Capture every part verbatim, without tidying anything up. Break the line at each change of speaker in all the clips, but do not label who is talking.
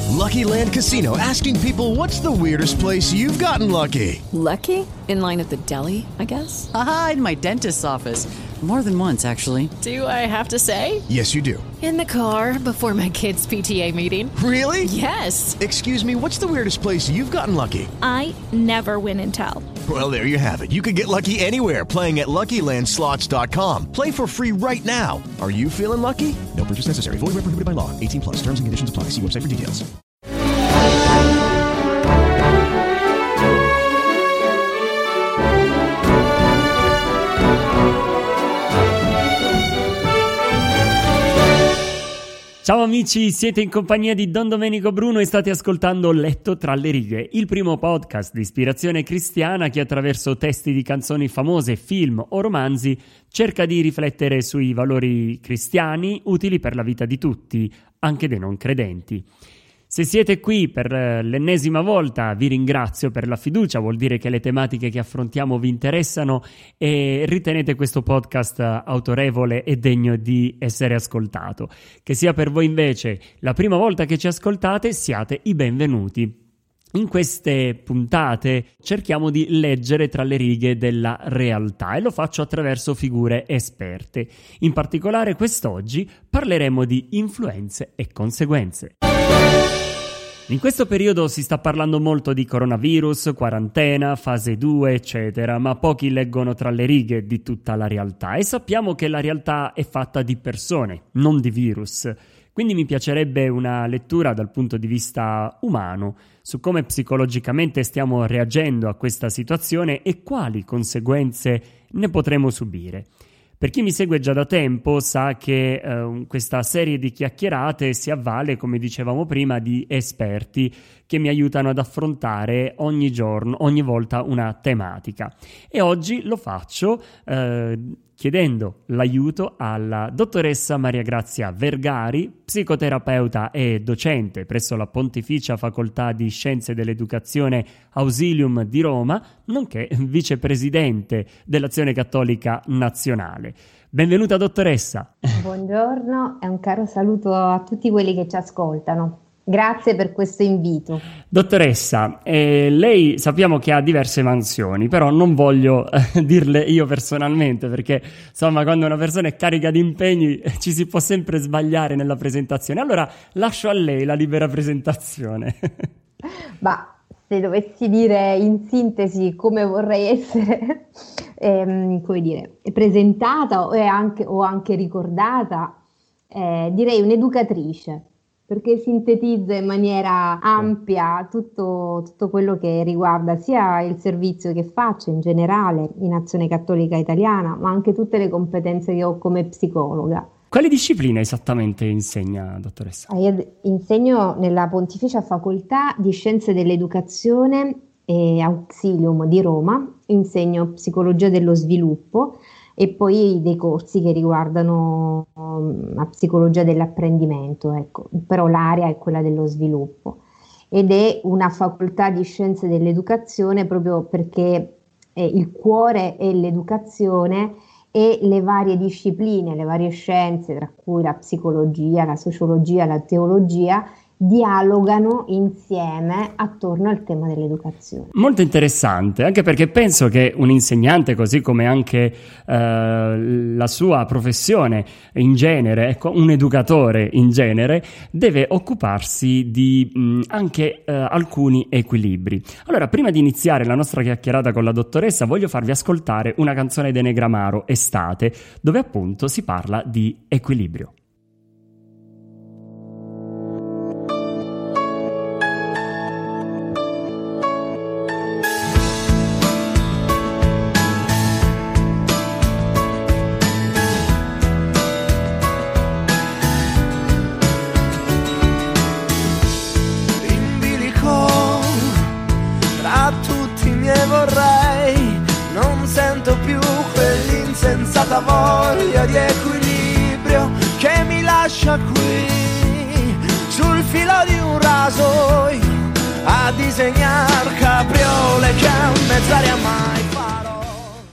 Lucky Land Casino, asking people, what's the weirdest place you've gotten lucky?
Lucky? In line at the deli, I guess?
Aha, in my dentist's office. More than once, actually.
Do I have to say?
Yes, you do.
In the car before my kids' P T A meeting.
Really?
Yes.
Excuse me, what's the weirdest place you've gotten lucky?
I never win and tell.
Well, there you have it. You can get lucky anywhere, playing at Lucky Land Slots dot com. Play for free right now. Are you feeling lucky? No purchase necessary. Void where prohibited by law. eighteen plus. Terms and conditions apply. See website for details.
Ciao amici, siete in compagnia di Don Domenico Bruno e state ascoltando Letto tra le righe, il primo podcast di ispirazione cristiana che attraverso testi di canzoni famose, film o romanzi cerca di riflettere sui valori cristiani utili per la vita di tutti, anche dei non credenti. Se siete qui per l'ennesima volta vi ringrazio per la fiducia, vuol dire che le tematiche che affrontiamo vi interessano e ritenete questo podcast autorevole e degno di essere ascoltato. Che sia per voi invece la prima volta che ci ascoltate, siate i benvenuti. In queste puntate cerchiamo di leggere tra le righe della realtà e lo faccio attraverso figure esperte. In particolare quest'oggi parleremo di influenze e conseguenze. In questo periodo si sta parlando molto di coronavirus, quarantena, fase due, eccetera, ma pochi leggono tra le righe di tutta la realtà e sappiamo che la realtà è fatta di persone, non di virus. Quindi mi piacerebbe una lettura dal punto di vista umano su come psicologicamente stiamo reagendo a questa situazione e quali conseguenze ne potremo subire. Per chi mi segue già da tempo sa che eh, questa serie di chiacchierate si avvale, come dicevamo prima, di esperti che mi aiutano ad affrontare ogni giorno, ogni volta una tematica. E oggi lo faccio eh, chiedendo l'aiuto alla dottoressa Maria Grazia Vergari, psicoterapeuta e docente presso la Pontificia Facoltà di Scienze dell'Educazione Ausilium di Roma, nonché vicepresidente dell'Azione Cattolica Nazionale. Benvenuta dottoressa.
Buongiorno e un caro saluto a tutti quelli che ci ascoltano. Grazie per questo invito.
Dottoressa, eh, lei sappiamo che ha diverse mansioni, però non voglio eh, dirle io personalmente, perché insomma quando una persona è carica di impegni eh, ci si può sempre sbagliare nella presentazione. Allora lascio a lei la libera presentazione.
Ma se dovessi dire in sintesi come vorrei essere ehm, come dire, presentata o anche, o anche ricordata, eh, direi un'educatrice, perché sintetizza in maniera ampia tutto, tutto quello che riguarda sia il servizio che faccio in generale in Azione Cattolica Italiana, ma anche tutte le competenze che ho come psicologa.
Quali discipline esattamente insegna, dottoressa?
Io insegno nella Pontificia Facoltà di Scienze dell'Educazione e Auxilium di Roma, insegno psicologia dello sviluppo e poi dei corsi che riguardano um, la psicologia dell'apprendimento, ecco, però l'area è quella dello sviluppo ed è una facoltà di scienze dell'educazione proprio perché eh, il cuore è l'educazione e le varie discipline, le varie scienze, tra cui la psicologia, la sociologia, la teologia, dialogano insieme attorno al tema dell'educazione.
Molto interessante, anche perché penso che un insegnante, così come anche eh, la sua professione in genere, ecco, un educatore in genere, deve occuparsi di mh, anche eh, alcuni equilibri. Allora, prima di iniziare la nostra chiacchierata con la dottoressa, voglio farvi ascoltare una canzone de Negramaro, Estate, dove appunto si parla di equilibrio.
Voglia di equilibrio che mi lascia qui sul filo di un rasoio a disegnar capriole che a mezz'aria mai farò.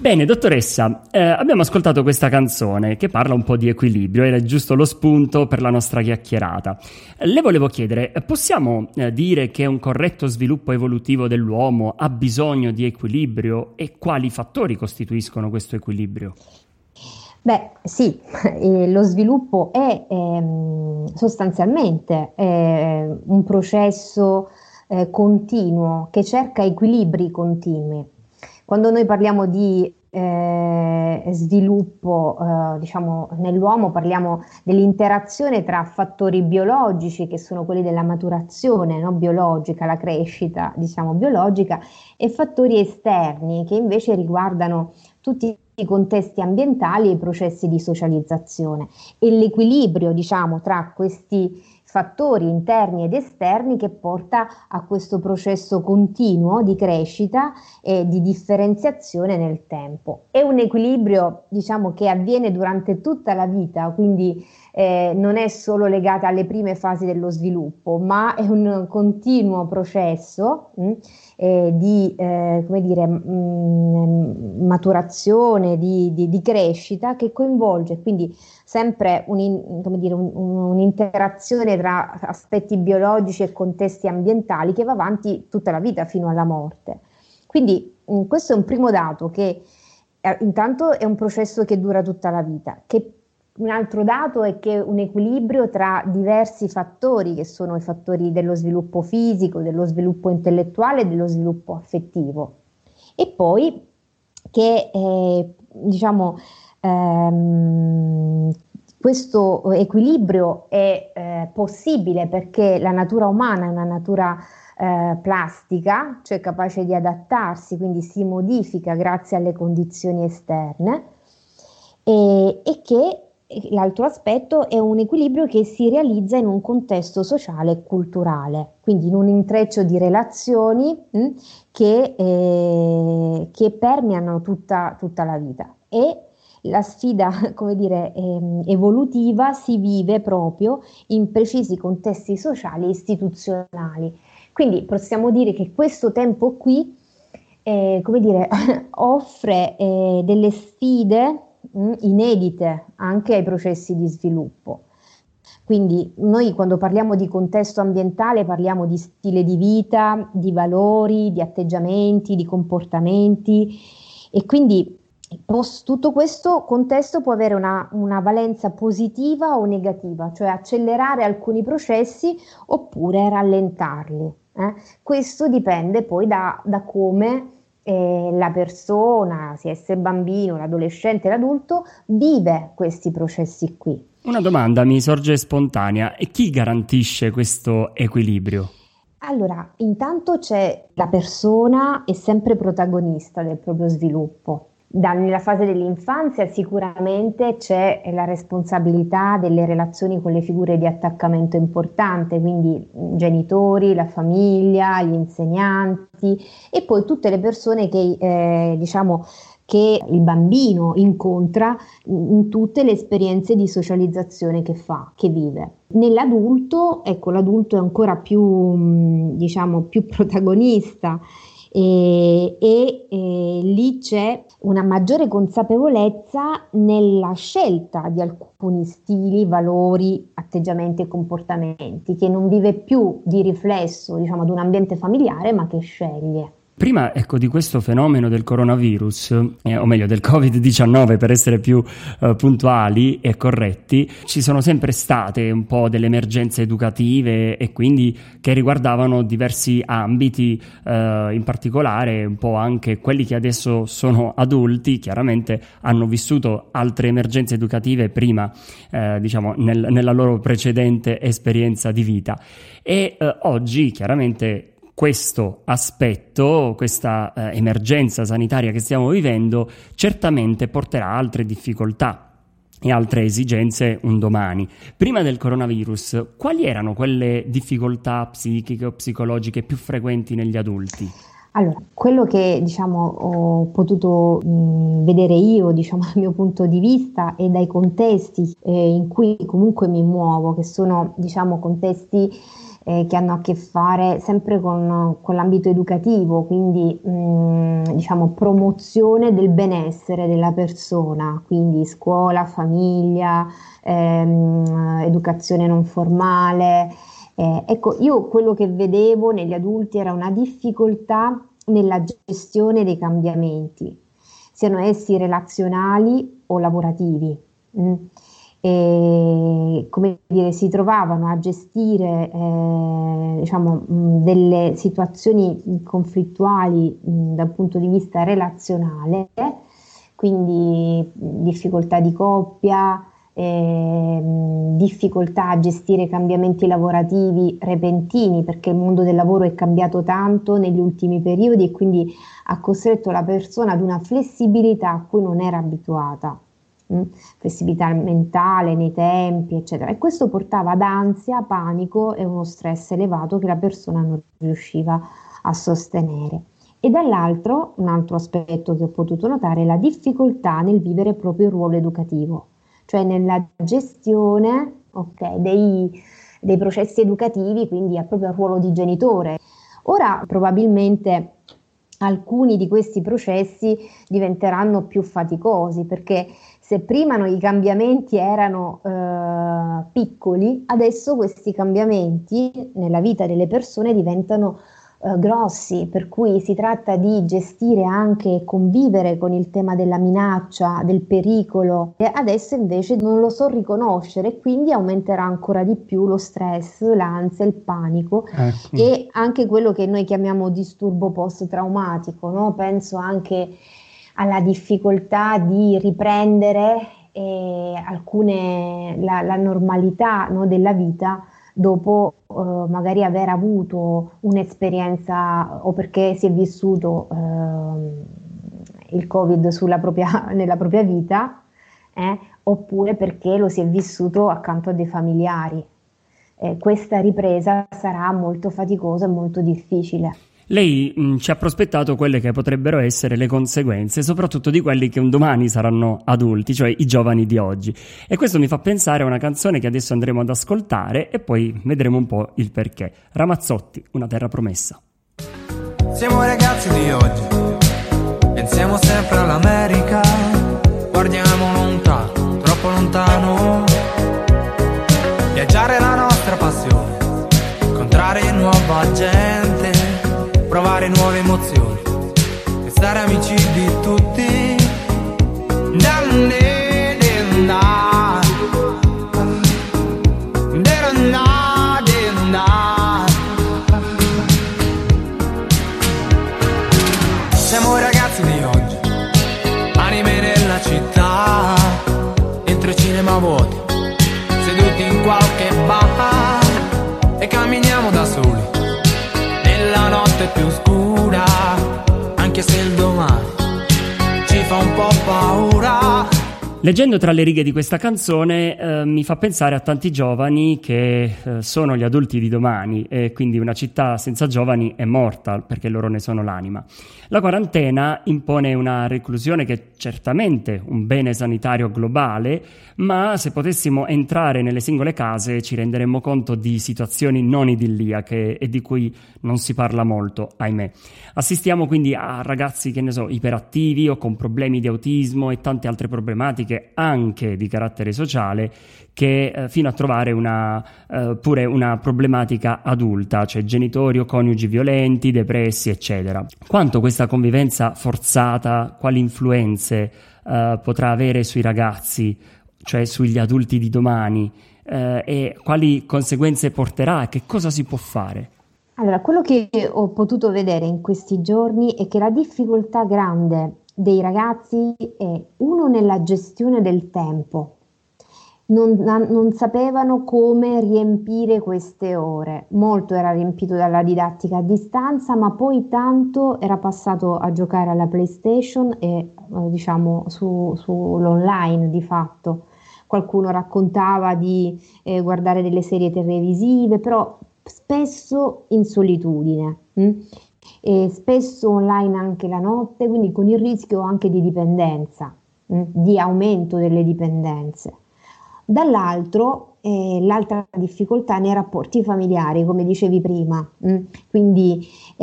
Bene, dottoressa, eh, abbiamo ascoltato questa canzone che parla un po' di equilibrio, era giusto lo spunto per la nostra chiacchierata. Le volevo chiedere, possiamo eh, dire che un corretto sviluppo evolutivo dell'uomo ha bisogno di equilibrio e quali fattori costituiscono questo equilibrio?
Beh, sì, eh, lo sviluppo è ehm, sostanzialmente eh, un processo eh, continuo che cerca equilibri continui. Quando noi parliamo di eh, sviluppo, eh, diciamo, nell'uomo, parliamo dell'interazione tra fattori biologici, che sono quelli della maturazione, no, biologica, la crescita, diciamo, biologica, e fattori esterni, che invece riguardano tutti i contesti ambientali e i processi di socializzazione. E l'equilibrio, diciamo, tra questi fattori interni ed esterni che porta a questo processo continuo di crescita e di differenziazione nel tempo. È un equilibrio, diciamo, che avviene durante tutta la vita, quindi eh, non è solo legata alle prime fasi dello sviluppo, ma è un continuo processo mh, eh, di eh, come dire, mh, maturazione, di, di, di crescita, che coinvolge quindi sempre un, come dire, un, un'interazione tra aspetti biologici e contesti ambientali che va avanti tutta la vita fino alla morte. Quindi mh, questo è un primo dato, che eh, intanto è un processo che dura tutta la vita. Che un altro dato è che un equilibrio tra diversi fattori, che sono i fattori dello sviluppo fisico, dello sviluppo intellettuale e dello sviluppo affettivo. E poi che eh, diciamo ehm, questo equilibrio è eh, possibile perché la natura umana è una natura eh, plastica, cioè capace di adattarsi, quindi si modifica grazie alle condizioni esterne, e, e che l'altro aspetto è un equilibrio che si realizza in un contesto sociale e culturale, quindi in un intreccio di relazioni mh, che, eh, che permeano tutta, tutta la vita. E la sfida, come dire, ehm, evolutiva si vive proprio in precisi contesti sociali e istituzionali. Quindi possiamo dire che questo tempo qui, eh, come dire, offre eh, delle sfide mh, inedite anche ai processi di sviluppo. Quindi noi quando parliamo di contesto ambientale parliamo di stile di vita, di valori, di atteggiamenti, di comportamenti, e quindi tutto questo contesto può avere una, una valenza positiva o negativa, cioè accelerare alcuni processi oppure rallentarli. Eh? Questo dipende poi da, da come eh, la persona, sia esse bambino, l'adolescente, l'adulto, vive questi processi qui.
Una domanda mi sorge spontanea: e chi garantisce questo equilibrio?
Allora, intanto c'è la persona, è sempre protagonista del proprio sviluppo. Da, nella fase dell'infanzia sicuramente c'è la responsabilità delle relazioni con le figure di attaccamento importante, quindi genitori, la famiglia, gli insegnanti e poi tutte le persone che, eh, diciamo, che il bambino incontra in tutte le esperienze di socializzazione che fa, che vive. Nell'adulto, ecco, l'adulto è ancora più, diciamo, più protagonista. E, e, e lì c'è una maggiore consapevolezza nella scelta di alcuni stili, valori, atteggiamenti e comportamenti, che non vive più di riflesso, diciamo, ad un ambiente familiare, ma che sceglie.
Prima, ecco, di questo fenomeno del coronavirus, eh, o meglio del covid diciannove per essere più eh, puntuali e corretti, ci sono sempre state un po' delle emergenze educative e quindi che riguardavano diversi ambiti, eh, in particolare un po' anche quelli che adesso sono adulti, chiaramente hanno vissuto altre emergenze educative prima, eh, diciamo, nel, nella loro precedente esperienza di vita. E eh, oggi, chiaramente, questo aspetto, questa eh, emergenza sanitaria che stiamo vivendo, certamente porterà altre difficoltà e altre esigenze un domani. Prima del coronavirus, quali erano quelle difficoltà psichiche o psicologiche più frequenti negli adulti?
Allora, quello che, diciamo, ho potuto mh, vedere io, diciamo, dal mio punto di vista e dai contesti eh, in cui comunque mi muovo, che sono, diciamo, contesti eh, che hanno a che fare sempre con, con l'ambito educativo, quindi mh, diciamo promozione del benessere della persona, quindi scuola, famiglia, ehm, educazione non formale. Eh, ecco, io quello che vedevo negli adulti era una difficoltà nella gestione dei cambiamenti, siano essi relazionali o lavorativi. Mm. E, come dire, si trovavano a gestire eh, diciamo, mh, delle situazioni conflittuali mh, dal punto di vista relazionale, quindi mh, difficoltà di coppia, eh, mh, difficoltà a gestire cambiamenti lavorativi repentini, perché il mondo del lavoro è cambiato tanto negli ultimi periodi e quindi ha costretto la persona ad una flessibilità a cui non era abituata. Flessibilità mentale nei tempi, eccetera, e questo portava ad ansia, panico e uno stress elevato che la persona non riusciva a sostenere. E dall'altro, un altro aspetto che ho potuto notare è la difficoltà nel vivere proprio il ruolo educativo, cioè nella gestione okay, dei, dei processi educativi, quindi ha proprio il ruolo di genitore. Ora probabilmente alcuni di questi processi diventeranno più faticosi, perché se prima no, i cambiamenti erano eh, piccoli, adesso questi cambiamenti nella vita delle persone diventano eh, grossi, per cui si tratta di gestire anche e convivere con il tema della minaccia, del pericolo. E adesso invece non lo so riconoscere e quindi aumenterà ancora di più lo stress, l'ansia, il panico ecco. E anche quello che noi chiamiamo disturbo post-traumatico, no? Penso anche alla difficoltà di riprendere eh, alcune, la, la normalità no, della vita dopo eh, magari aver avuto un'esperienza o perché si è vissuto eh, il Covid sulla propria, nella propria vita eh, oppure perché lo si è vissuto accanto a dei familiari. Eh, questa ripresa sarà molto faticosa e molto difficile.
Lei mh, ci ha prospettato quelle che potrebbero essere le conseguenze, soprattutto di quelli che un domani saranno adulti, cioè i giovani di oggi. E questo mi fa pensare a una canzone che adesso andremo ad ascoltare e poi vedremo un po' il perché. Ramazzotti, Una terra promessa.
Siamo ragazzi di oggi, pensiamo sempre all'America, guardiamo lontano, troppo lontano. Viaggiare è la nostra passione, incontrare nuova gente, provare nuove emozioni e stare amici di tutti. Siamo ragazzi di oggi, anime nella città, entro cinema vuoti, seduti in qualche bar e camminiamo da soli nella notte più scura, anche se il domani ci fa un po' paura.
Leggendo tra le righe di questa canzone eh, mi fa pensare a tanti giovani che eh, sono gli adulti di domani e quindi una città senza giovani è morta perché loro ne sono l'anima. La quarantena impone una reclusione che è certamente un bene sanitario globale, ma se potessimo entrare nelle singole case ci renderemmo conto di situazioni non idilliache e di cui non si parla molto, ahimè. Assistiamo quindi a ragazzi, che ne so, iperattivi o con problemi di autismo e tante altre problematiche anche di carattere sociale, che eh, fino a trovare una eh, pure una problematica adulta, cioè genitori o coniugi violenti, depressi, eccetera. Quanto questa convivenza forzata, quali influenze eh, potrà avere sui ragazzi, cioè sugli adulti di domani, eh, e quali conseguenze porterà, che cosa si può fare?
Allora, quello che ho potuto vedere in questi giorni è che la difficoltà grande dei ragazzi è uno nella gestione del tempo. Non, non sapevano come riempire queste ore. Molto era riempito dalla didattica a distanza, ma poi tanto era passato a giocare alla PlayStation e eh, diciamo su, sull'online di fatto. Qualcuno raccontava di eh, guardare delle serie televisive, però spesso in solitudine. Hm? E spesso online anche la notte, quindi con il rischio anche di dipendenza, hm? di aumento delle dipendenze. Dall'altro eh, l'altra difficoltà nei rapporti familiari, come dicevi prima. Mm? Quindi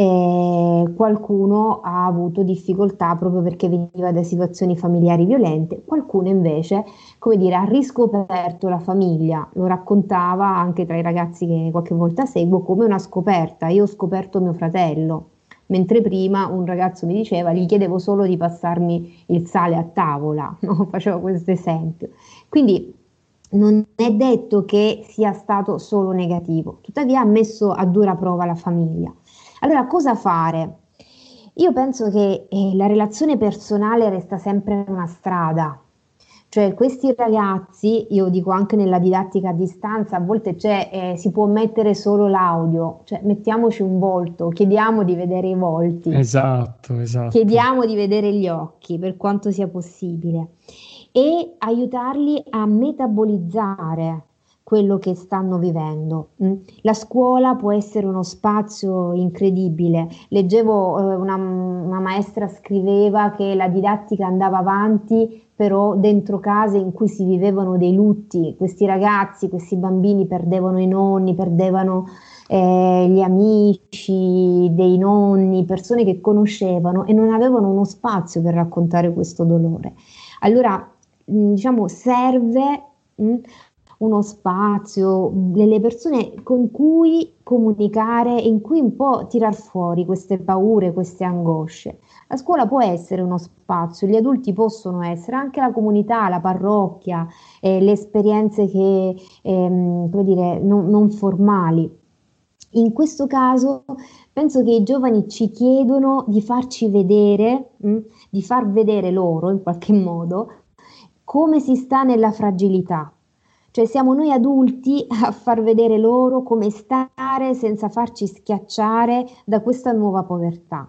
eh, qualcuno ha avuto difficoltà proprio perché veniva da situazioni familiari violente, qualcuno invece, come dire, ha riscoperto la famiglia, lo raccontava anche tra i ragazzi che qualche volta seguo come una scoperta. Io ho scoperto mio fratello, mentre prima un ragazzo mi diceva, gli chiedevo solo di passarmi il sale a tavola, no? Facevo questo esempio. Quindi non è detto che sia stato solo negativo, tuttavia ha messo a dura prova la famiglia. Allora, cosa fare? Io penso che eh, la relazione personale resta sempre una strada, cioè questi ragazzi, io dico anche nella didattica a distanza, a volte c'è, eh, si può mettere solo l'audio, cioè mettiamoci un volto, chiediamo di vedere i volti,
Esatto, esatto.
chiediamo di vedere gli occhi per quanto sia possibile e aiutarli a metabolizzare quello che stanno vivendo. La scuola può essere uno spazio incredibile. Leggevo eh, una, una maestra scriveva che la didattica andava avanti, però dentro case in cui si vivevano dei lutti, questi ragazzi, questi bambini perdevano i nonni, perdevano eh, gli amici dei nonni, persone che conoscevano e non avevano uno spazio per raccontare questo dolore. Allora, diciamo, serve mh, uno spazio, delle persone con cui comunicare e in cui un po' tirar fuori queste paure, queste angosce. La scuola può essere uno spazio, gli adulti possono essere, anche la comunità, la parrocchia, eh, le esperienze che, ehm, come dire, non, non formali. In questo caso penso che i giovani ci chiedono di farci vedere, mh, di far vedere loro in qualche modo come si sta nella fragilità. Cioè siamo noi adulti a far vedere loro come stare senza farci schiacciare da questa nuova povertà.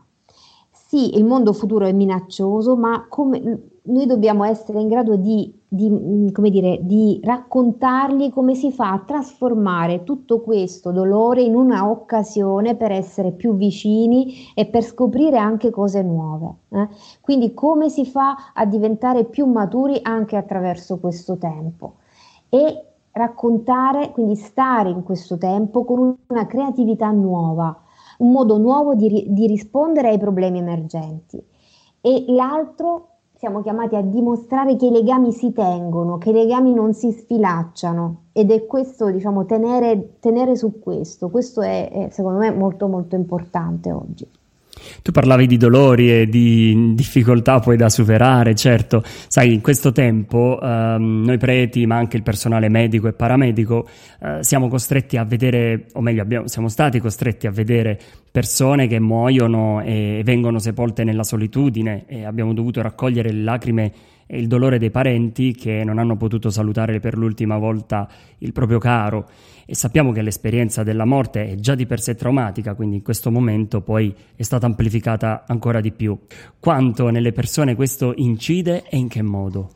Sì, il mondo futuro è minaccioso, ma come, noi dobbiamo essere in grado di, di, come dire, di raccontargli come si fa a trasformare tutto questo dolore in una occasione per essere più vicini e per scoprire anche cose nuove. Eh? Quindi come si fa a diventare più maturi anche attraverso questo tempo. E raccontare, quindi stare in questo tempo con una creatività nuova, un modo nuovo di, di rispondere ai problemi emergenti. E l'altro, siamo chiamati a dimostrare che i legami si tengono, che i legami non si sfilacciano, ed è questo, diciamo, tenere, tenere su questo. Questo è, è secondo me molto molto importante oggi.
Tu parlavi di dolori e di difficoltà poi da superare, certo, sai, in questo tempo ehm, noi preti, ma anche il personale medico e paramedico, eh, siamo costretti a vedere, o meglio abbiamo, siamo stati costretti a vedere persone che muoiono e vengono sepolte nella solitudine, e abbiamo dovuto raccogliere le lacrime e il dolore dei parenti che non hanno potuto salutare per l'ultima volta il proprio caro, e sappiamo che l'esperienza della morte è già di per sé traumatica, quindi in questo momento poi è stata amplificata ancora di più. Quanto nelle persone questo incide e in che modo?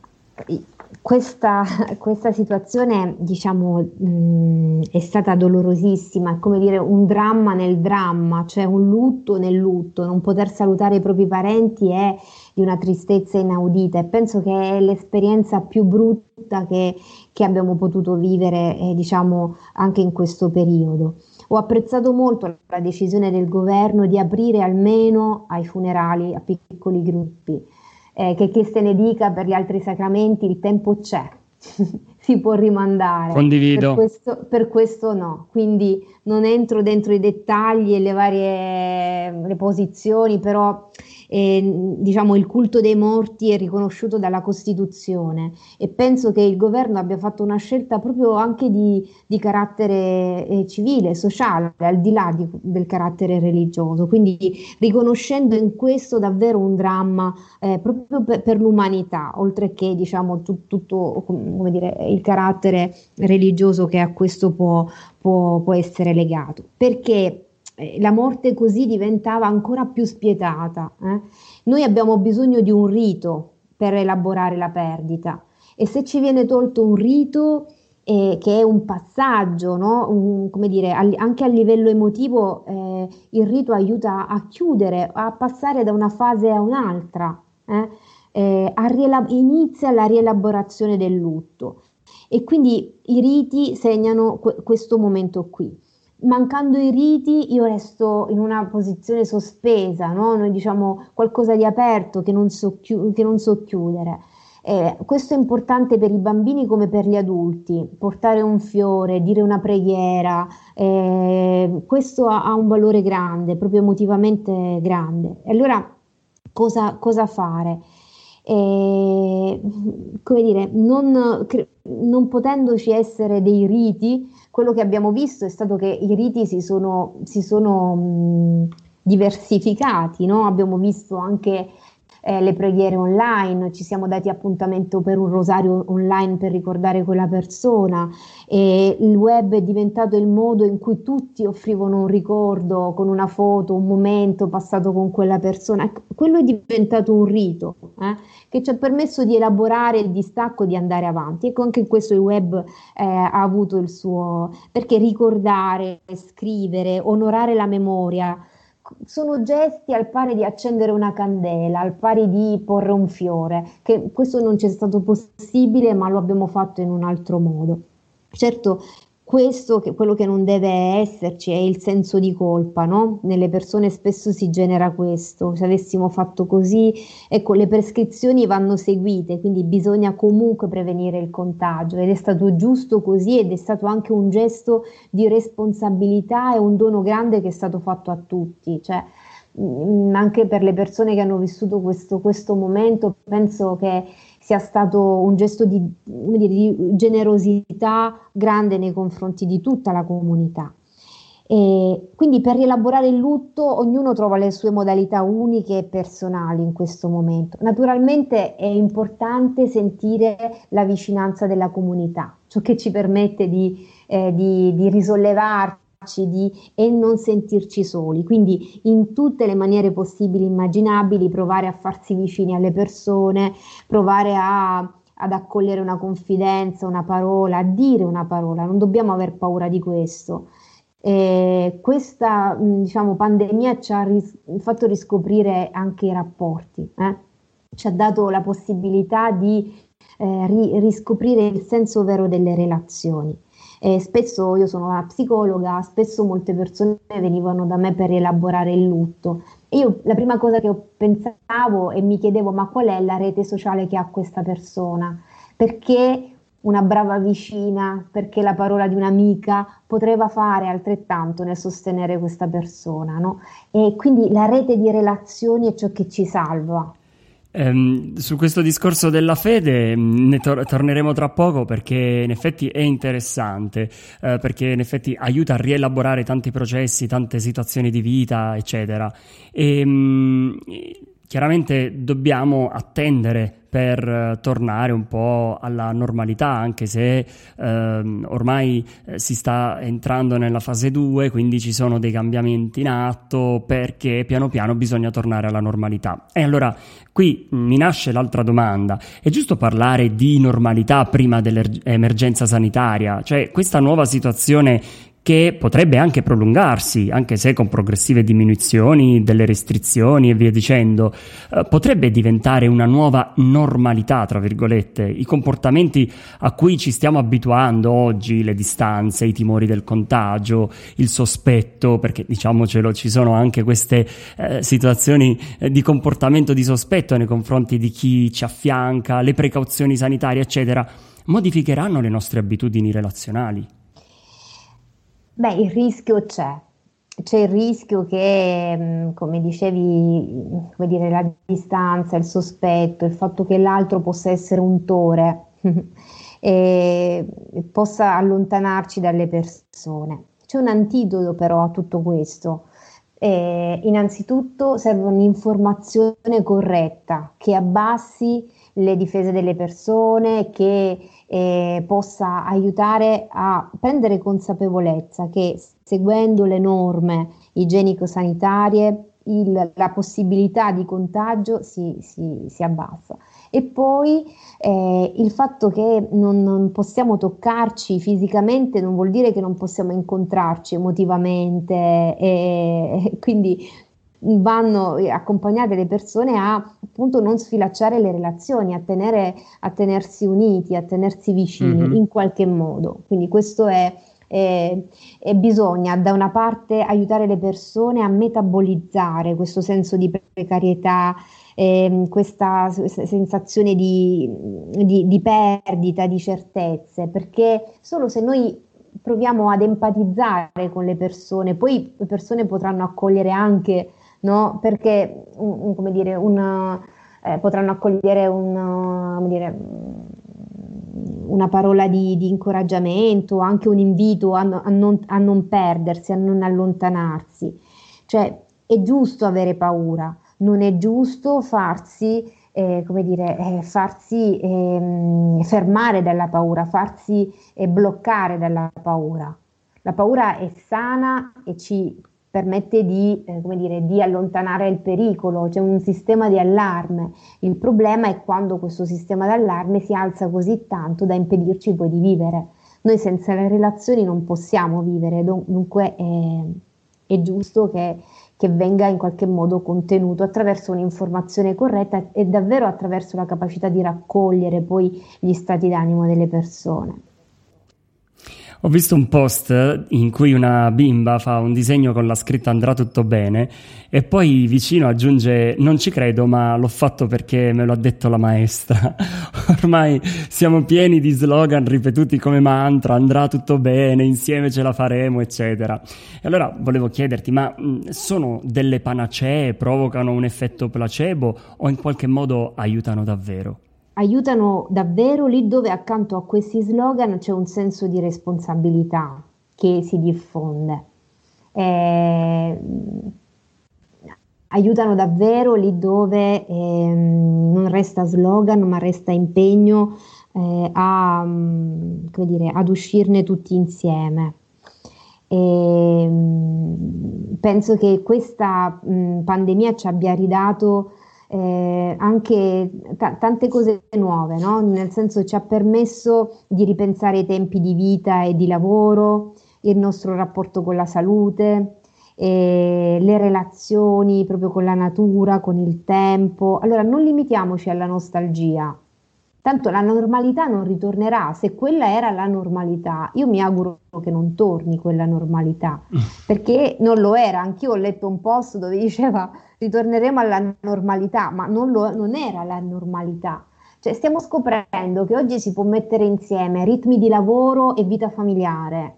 Questa, questa situazione, diciamo, mh, è stata dolorosissima, è come dire un dramma nel dramma, cioè un lutto nel lutto. Non poter salutare i propri parenti è di una tristezza inaudita, e penso che è l'esperienza più brutta che, che abbiamo potuto vivere, eh, diciamo, anche in questo periodo. Ho apprezzato molto la decisione del governo di aprire almeno ai funerali a piccoli gruppi. Eh, che, che se ne dica per gli altri sacramenti, il tempo c'è, si può rimandare.
Condivido.
Per questo, per questo no, quindi non entro dentro i dettagli e le varie le posizioni, però eh, diciamo il culto dei morti è riconosciuto dalla Costituzione, e penso che il governo abbia fatto una scelta proprio anche di, di carattere eh, civile, sociale, al di là di, del carattere religioso, quindi riconoscendo in questo davvero un dramma eh, proprio per, per l'umanità, oltre che, diciamo, tu, tutto, come dire, il carattere religioso che a questo può, può, può essere legato, perché la morte così diventava ancora più spietata. Eh? Noi abbiamo bisogno di un rito per elaborare la perdita, e se ci viene tolto un rito eh, che è un passaggio, no? un, come dire, al, anche a livello emotivo, eh, il rito aiuta a chiudere, a passare da una fase a un'altra, eh? Eh, a rielab- inizia la rielaborazione del lutto. e quindi i riti segnano que- questo momento qui. Mancando i riti io resto in una posizione sospesa, no? Noi diciamo qualcosa di aperto che non so, chiu- che non so chiudere. Eh, questo è importante per i bambini come per gli adulti, portare un fiore, dire una preghiera, eh, questo ha, ha un valore grande, proprio emotivamente grande. E allora cosa, cosa fare? Eh, come dire, non, non potendoci essere dei riti, quello che abbiamo visto è stato che i riti si sono, si sono mh, diversificati, no? Abbiamo visto anche eh, le preghiere online, ci siamo dati appuntamento per un rosario online per ricordare quella persona, e il web è diventato il modo in cui tutti offrivano un ricordo con una foto, un momento passato con quella persona. Quello è diventato un rito, eh, che ci ha permesso di elaborare il distacco e di andare avanti. Ecco, anche in questo il web eh, ha avuto il suo, perché ricordare, scrivere, onorare la memoria sono gesti al pari di accendere una candela, al pari di porre un fiore, che questo non ci è stato possibile, ma lo abbiamo fatto in un altro modo. Certo, questo, che quello che non deve esserci è il senso di colpa, no? Nelle persone spesso si genera questo, se avessimo fatto così, ecco, le prescrizioni vanno seguite, quindi bisogna comunque prevenire il contagio, ed è stato giusto così, ed è stato anche un gesto di responsabilità e un dono grande che è stato fatto a tutti, cioè mh, anche per le persone che hanno vissuto questo, questo momento, penso che sia stato un gesto di, di, di generosità grande nei confronti di tutta la comunità. E quindi per rielaborare il lutto ognuno trova le sue modalità uniche e personali in questo momento. Naturalmente è importante sentire la vicinanza della comunità, ciò che ci permette di, eh, di, di risollevarci Di, e non sentirci soli, quindi in tutte le maniere possibili e immaginabili provare a farsi vicini alle persone, provare a, ad accogliere una confidenza, una parola, a dire una parola, non dobbiamo aver paura di questo. Eh, questa diciamo, pandemia ci ha ris- fatto riscoprire anche i rapporti, eh? Ci ha dato la possibilità di eh, ri- riscoprire il senso vero delle relazioni. Eh, spesso io sono una psicologa, spesso molte persone venivano da me per rielaborare il lutto e io la prima cosa che pensavo e mi chiedevo: ma qual è la rete sociale che ha questa persona? Perché una brava vicina, perché la parola di un'amica poteva fare altrettanto nel sostenere questa persona, no? E quindi la rete di relazioni è ciò che ci salva.
Um, su questo discorso della fede ne tor- torneremo tra poco, perché in effetti è interessante, uh, perché in effetti aiuta a rielaborare tanti processi, tante situazioni di vita, eccetera. E um, chiaramente dobbiamo attendere per uh, tornare un po' alla normalità, anche se uh, ormai uh, si sta entrando nella fase due, quindi ci sono dei cambiamenti in atto, perché piano piano bisogna tornare alla normalità. E allora qui mi nasce l'altra domanda: è giusto parlare di normalità prima dell'emergenza sanitaria? Cioè, questa nuova situazione che potrebbe anche prolungarsi, anche se con progressive diminuzioni delle restrizioni e via dicendo, eh, potrebbe diventare una nuova normalità, tra virgolette. I comportamenti a cui ci stiamo abituando oggi, le distanze, i timori del contagio, il sospetto, perché diciamocelo, ci sono anche queste eh, situazioni eh, di comportamento di sospetto nei confronti di chi ci affianca, le precauzioni sanitarie, eccetera, modificheranno le nostre abitudini relazionali.
Beh, il rischio c'è, c'è il rischio che, come dicevi, come dire, la distanza, il sospetto, il fatto che l'altro possa essere un tore e possa allontanarci dalle persone. C'è un antidoto però a tutto questo. Eh, innanzitutto serve un'informazione corretta che abbassi le difese delle persone, che eh, possa aiutare a prendere consapevolezza che seguendo le norme igienico-sanitarie il, la possibilità di contagio si, si, si abbassa. E poi eh, il fatto che non, non possiamo toccarci fisicamente non vuol dire che non possiamo incontrarci emotivamente, e, e quindi vanno accompagnate le persone a appunto non sfilacciare le relazioni, a, tenere, a tenersi uniti, a tenersi vicini mm-hmm. in qualche modo. Quindi questo è, è, è bisogna da una parte aiutare le persone a metabolizzare questo senso di precarietà, eh, questa sensazione di, di, di perdita, di certezze, perché solo se noi proviamo ad empatizzare con le persone, poi le persone potranno accogliere anche, no? Perché un, un, come dire, una, eh, potranno accogliere un, come dire, una parola di, di incoraggiamento, anche un invito a, a, non, a non perdersi, a non allontanarsi. Cioè è giusto avere paura, non è giusto farsi Eh, come dire, eh, farsi eh, fermare dalla paura, farsi eh, bloccare dalla paura. La paura è sana e ci permette di, eh, come dire, di allontanare il pericolo, c'è un sistema di allarme. Il problema è quando questo sistema di allarme si alza così tanto da impedirci poi di vivere. Noi senza le relazioni non possiamo vivere, dunque è, è giusto che che venga in qualche modo contenuto attraverso un'informazione corretta e davvero attraverso la capacità di raccogliere poi gli stati d'animo delle persone.
Ho visto un post in cui una bimba fa un disegno con la scritta "andrà tutto bene" e poi vicino aggiunge "non ci credo, ma l'ho fatto perché me lo ha detto la maestra". Ormai siamo pieni di slogan ripetuti come mantra: andrà tutto bene, insieme ce la faremo, eccetera. E allora volevo chiederti, ma mh, sono delle panacee, provocano un effetto placebo o in qualche modo aiutano davvero?
Aiutano davvero lì dove accanto a questi slogan c'è un senso di responsabilità che si diffonde. Eh, aiutano davvero lì dove eh, non resta slogan ma resta impegno eh, a, come dire, ad uscirne tutti insieme. E, penso che questa mh, pandemia ci abbia ridato Eh, anche t- tante cose nuove, no? Nel senso ci ha permesso di ripensare i tempi di vita e di lavoro, il nostro rapporto con la salute, eh, le relazioni proprio con la natura, con il tempo. Allora non limitiamoci alla nostalgia, tanto la normalità non ritornerà. Se quella era la normalità, io mi auguro che non torni quella normalità, perché non lo era. Anch'io ho letto un post dove diceva ritorneremo alla normalità, ma non, lo, non era la normalità. Cioè stiamo scoprendo che oggi si può mettere insieme ritmi di lavoro e vita familiare.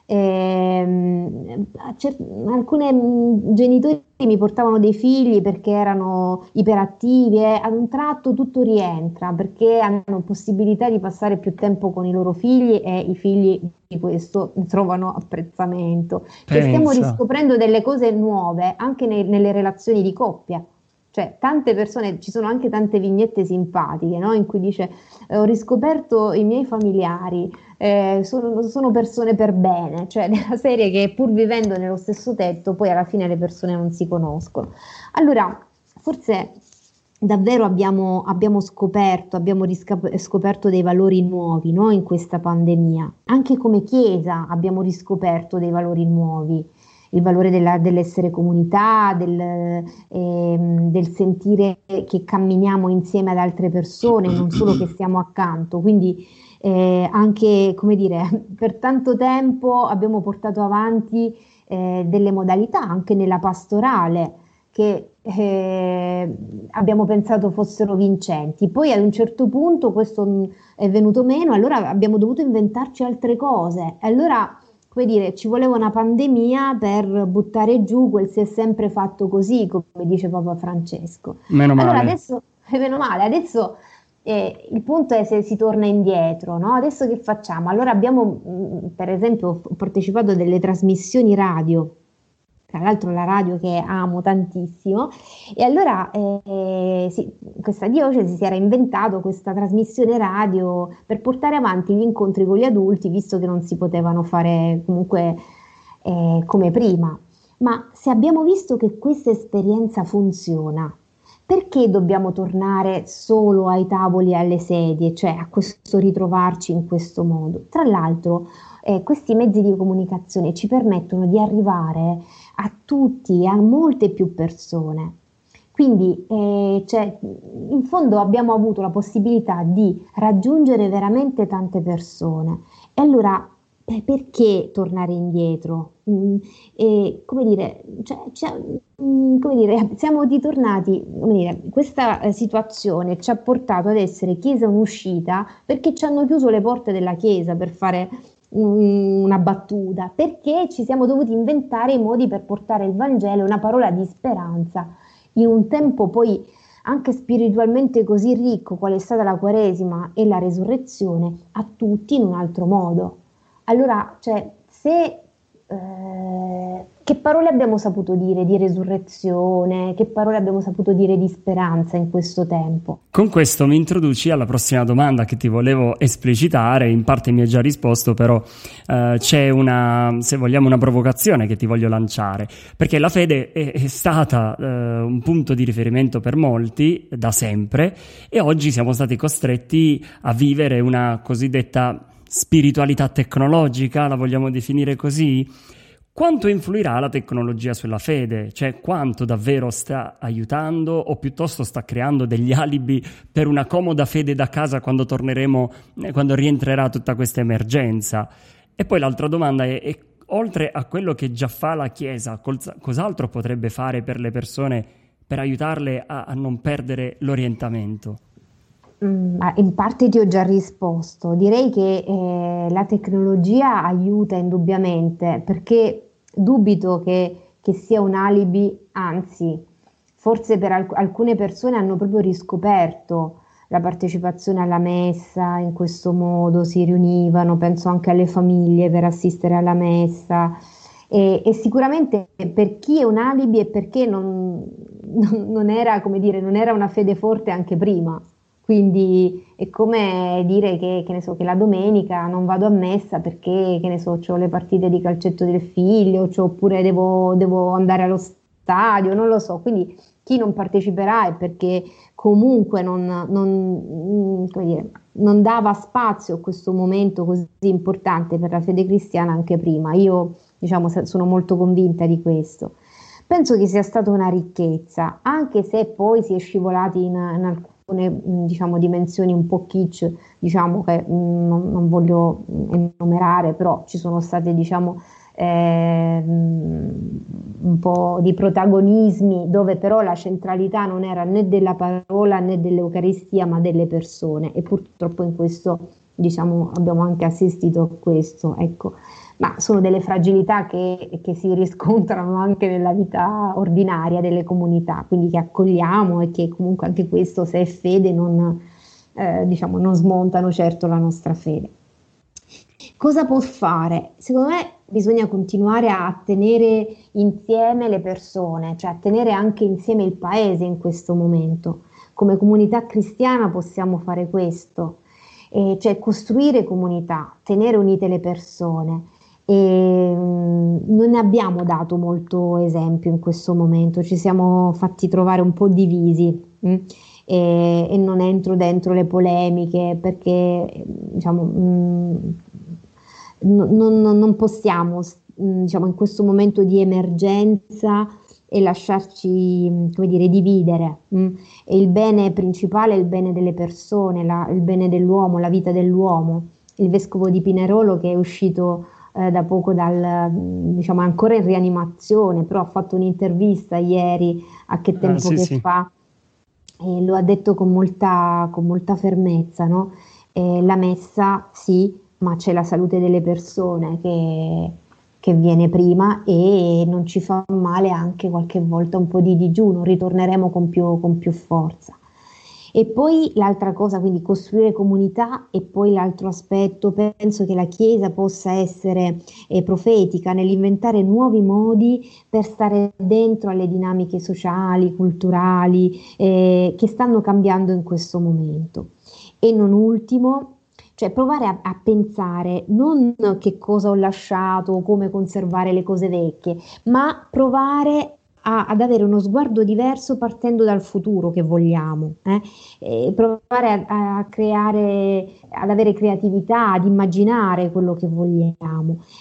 Eh, cer- alcuni genitori mi portavano dei figli perché erano iperattivi e ad un tratto tutto rientra perché hanno possibilità di passare più tempo con i loro figli e i figli di questo trovano apprezzamento. Cioè, stiamo riscoprendo delle cose nuove anche nei, nelle relazioni di coppia. Cioè, tante persone, ci sono anche tante vignette simpatiche, no? In cui dice eh, ho riscoperto i miei familiari, eh, sono, sono persone per bene, cioè nella serie che pur vivendo nello stesso tetto poi alla fine le persone non si conoscono. Allora, forse davvero abbiamo, abbiamo scoperto, abbiamo riscap- scoperto dei valori nuovi, no? In questa pandemia. Anche come Chiesa abbiamo riscoperto dei valori nuovi. Il valore della, dell'essere comunità, del, eh, del sentire che camminiamo insieme ad altre persone, non solo che stiamo accanto. Quindi eh, anche, come dire, per tanto tempo abbiamo portato avanti eh, delle modalità, anche nella pastorale, che eh, abbiamo pensato fossero vincenti. Poi ad un certo punto questo è venuto meno, allora abbiamo dovuto inventarci altre cose. Allora, come dire, ci voleva una pandemia per buttare giù quel si è sempre fatto così, come dice Papa Francesco.
Meno male.
Allora adesso, meno male, adesso eh, il punto è se si torna indietro, no? Adesso che facciamo? Allora abbiamo, mh, per esempio, ho partecipato a delle trasmissioni radio, tra l'altro la radio che amo tantissimo, e allora eh, sì, questa diocesi si era inventato questa trasmissione radio per portare avanti gli incontri con gli adulti, visto che non si potevano fare comunque eh, come prima. Ma se abbiamo visto che questa esperienza funziona, perché dobbiamo tornare solo ai tavoli e alle sedie, cioè a questo ritrovarci in questo modo? Tra l'altro eh, questi mezzi di comunicazione ci permettono di arrivare a tutti, a molte più persone. Quindi eh, cioè, in fondo abbiamo avuto la possibilità di raggiungere veramente tante persone. E allora eh, perché tornare indietro? Mm, e, come dire, cioè, cioè, mm, come dire, siamo ritornati, come dire, questa eh, situazione ci ha portato ad essere chiesa un'uscita perché ci hanno chiuso le porte della chiesa, per fare un, una battuta, perché ci siamo dovuti inventare i modi per portare il Vangelo, una parola di speranza, in un tempo poi anche spiritualmente così ricco qual è stata la Quaresima e la resurrezione, a tutti in un altro modo. Allora, cioè, se eh, che parole abbiamo saputo dire di resurrezione, che parole abbiamo saputo dire di speranza in questo tempo?
Con questo mi introduci alla prossima domanda che ti volevo esplicitare, in parte mi hai già risposto, però eh, c'è una, se vogliamo, una provocazione che ti voglio lanciare, perché la fede è, è stata eh, un punto di riferimento per molti da sempre, e oggi siamo stati costretti a vivere una cosiddetta spiritualità tecnologica, la vogliamo definire così? Quanto influirà la tecnologia sulla fede? Cioè, quanto davvero sta aiutando o piuttosto sta creando degli alibi per una comoda fede da casa quando torneremo, quando rientrerà tutta questa emergenza? E poi l'altra domanda è, è oltre a quello che già fa la Chiesa, cos'altro potrebbe fare per le persone per aiutarle a, a non perdere l'orientamento?
Mm, in parte ti ho già risposto. Direi che eh, la tecnologia aiuta indubbiamente, perché dubito che, che sia un alibi, anzi, forse per alc- alcune persone hanno proprio riscoperto la partecipazione alla messa, in questo modo si riunivano, penso anche alle famiglie per assistere alla messa, e, e sicuramente per chi è un alibi è perché non, non, non era, come dire, non era una fede forte anche prima. Quindi è come dire che, che ne so, che la domenica non vado a messa perché, che ne so, ho le partite di calcetto del figlio, oppure devo, devo andare allo stadio, non lo so. Quindi chi non parteciperà è perché comunque non, non, come dire, non dava spazio a questo momento così importante per la fede cristiana anche prima. Io, diciamo, sono molto convinta di questo. Penso che sia stata una ricchezza, anche se poi si è scivolati in, in alcune diciamo dimensioni un po' kitsch, diciamo che mh, non, non voglio enumerare, però ci sono state, diciamo, eh, un po' di protagonismi dove però la centralità non era né della parola né dell'Eucaristia ma delle persone, e purtroppo in questo, diciamo, abbiamo anche assistito a questo, ecco. Ma sono delle fragilità che, che si riscontrano anche nella vita ordinaria delle comunità, quindi che accogliamo, e che comunque anche questo, se è fede, non, eh, diciamo, non smontano certo la nostra fede. Cosa può fare? Secondo me bisogna continuare a tenere insieme le persone, cioè a tenere anche insieme il paese in questo momento. Come comunità cristiana possiamo fare questo, eh, cioè costruire comunità, tenere unite le persone. E non ne abbiamo dato molto esempio in questo momento, ci siamo fatti trovare un po' divisi, mh? E, e non entro dentro le polemiche perché, diciamo, mh, non, non possiamo, mh, diciamo, in questo momento di emergenza e lasciarci, come dire, dividere. Mh? E il bene principale è il bene delle persone, la, il bene dell'uomo, la vita dell'uomo. Il vescovo di Pinerolo, che è uscito Eh, da poco dal, diciamo, ancora in rianimazione, però ha fatto un'intervista ieri, a che tempo ah, sì, che sì. fa, e lo ha detto con molta, con molta fermezza, no? Eh, la messa sì, ma c'è la salute delle persone che, che viene prima, e non ci fa male anche qualche volta un po' di digiuno, ritorneremo con più, con più forza. E poi l'altra cosa, quindi costruire comunità, e poi l'altro aspetto, penso che la Chiesa possa essere eh, profetica nell'inventare nuovi modi per stare dentro alle dinamiche sociali, culturali, eh, che stanno cambiando in questo momento. E non ultimo, cioè provare a, a pensare non che cosa ho lasciato o come conservare le cose vecchie, ma provare A, ad avere uno sguardo diverso partendo dal futuro che vogliamo, eh? E provare a, a creare, ad avere creatività, ad immaginare quello che vogliamo.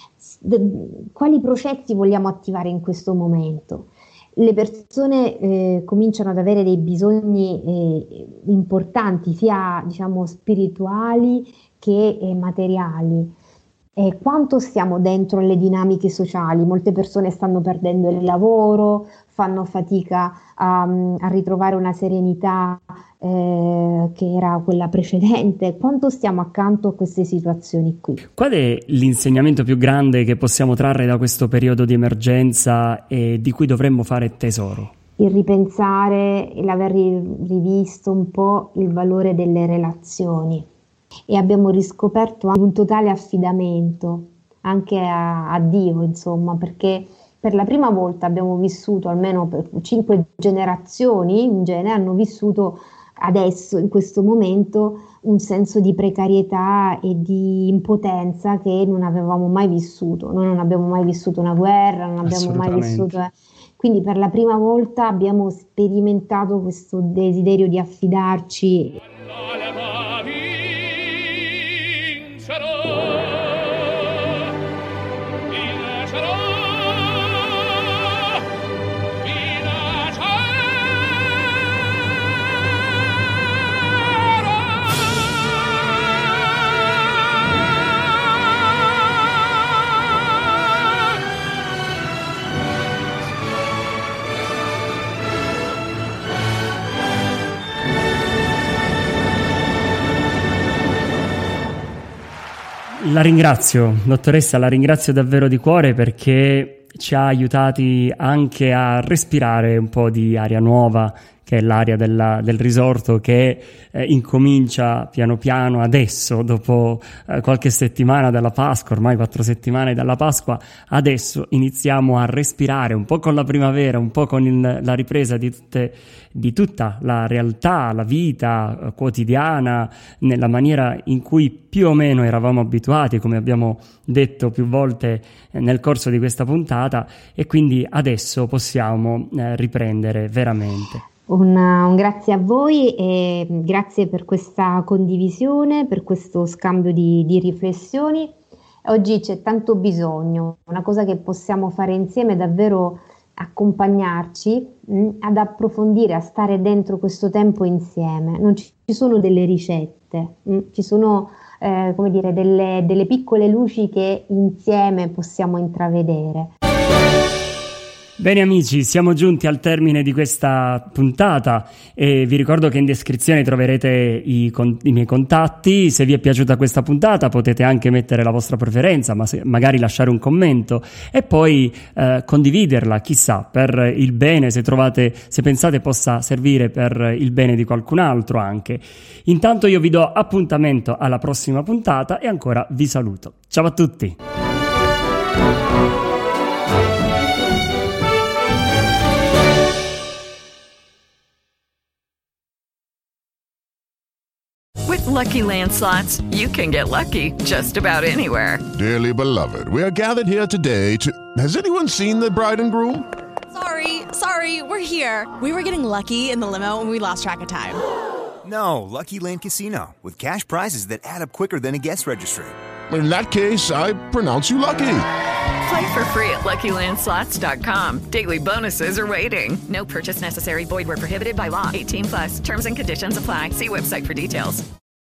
de- quali processi vogliamo attivare in questo momento. Le persone eh, cominciano ad avere dei bisogni eh, importanti, sia diciamo spirituali che eh, materiali. E quanto stiamo dentro le dinamiche sociali? Molte persone stanno perdendo il lavoro, fanno fatica a, a ritrovare una serenità eh, che era quella precedente. Quanto stiamo accanto a queste situazioni qui?
Qual è l'insegnamento più grande che possiamo trarre da questo periodo di emergenza e di cui dovremmo fare tesoro?
Il ripensare e l'aver rivisto un po' il valore delle relazioni. E abbiamo riscoperto un totale affidamento anche a, a Dio, insomma, perché per la prima volta abbiamo vissuto, almeno per cinque generazioni in genere, hanno vissuto adesso, in questo momento, un senso di precarietà e di impotenza che non avevamo mai vissuto. Noi non abbiamo mai vissuto una guerra, non abbiamo mai vissuto... Eh, quindi per la prima volta abbiamo sperimentato questo desiderio di affidarci.
La ringrazio, dottoressa, la ringrazio davvero di cuore perché ci ha aiutati anche a respirare un po' di aria nuova, che è l'aria della, del risorto che eh, incomincia piano piano adesso, dopo eh, qualche settimana dalla Pasqua, ormai quattro settimane dalla Pasqua, adesso iniziamo a respirare un po' con la primavera, un po' con il, la ripresa di, tutte, di tutta la realtà, la vita eh, quotidiana, nella maniera in cui più o meno eravamo abituati, come abbiamo detto più volte eh, nel corso di questa puntata, e quindi adesso possiamo eh, riprendere veramente.
Un, un grazie a voi e grazie per questa condivisione, per questo scambio di, di riflessioni. Oggi c'è tanto bisogno, una cosa che possiamo fare insieme è davvero accompagnarci mh, ad approfondire, a stare dentro questo tempo insieme. Non ci, ci sono delle ricette, mh, ci sono eh, come dire, delle, delle piccole luci che insieme possiamo intravedere.
Bene amici, siamo giunti al termine di questa puntata e vi ricordo che in descrizione troverete i, con- i miei contatti. Se vi è piaciuta questa puntata potete anche mettere la vostra preferenza, ma se- magari lasciare un commento e poi eh, condividerla, chissà, per il bene, se trovate, se pensate possa servire per il bene di qualcun altro anche. Intanto io vi do appuntamento alla prossima puntata e ancora vi saluto. Ciao a tutti!
With Lucky Land Slots, you can get lucky just about anywhere.
Dearly beloved, we are gathered here today to... Has anyone seen the bride and groom?
Sorry, sorry, we're here. We were getting lucky in the limo and we lost track of time.
No, Lucky Land Casino, with cash prizes that add up quicker than a guest registry.
In that case, I pronounce you lucky.
Play for free at Lucky Land Slots dot com. Daily bonuses are waiting. No purchase necessary. Void where prohibited by law. eighteen plus. Terms and conditions apply. See website for details.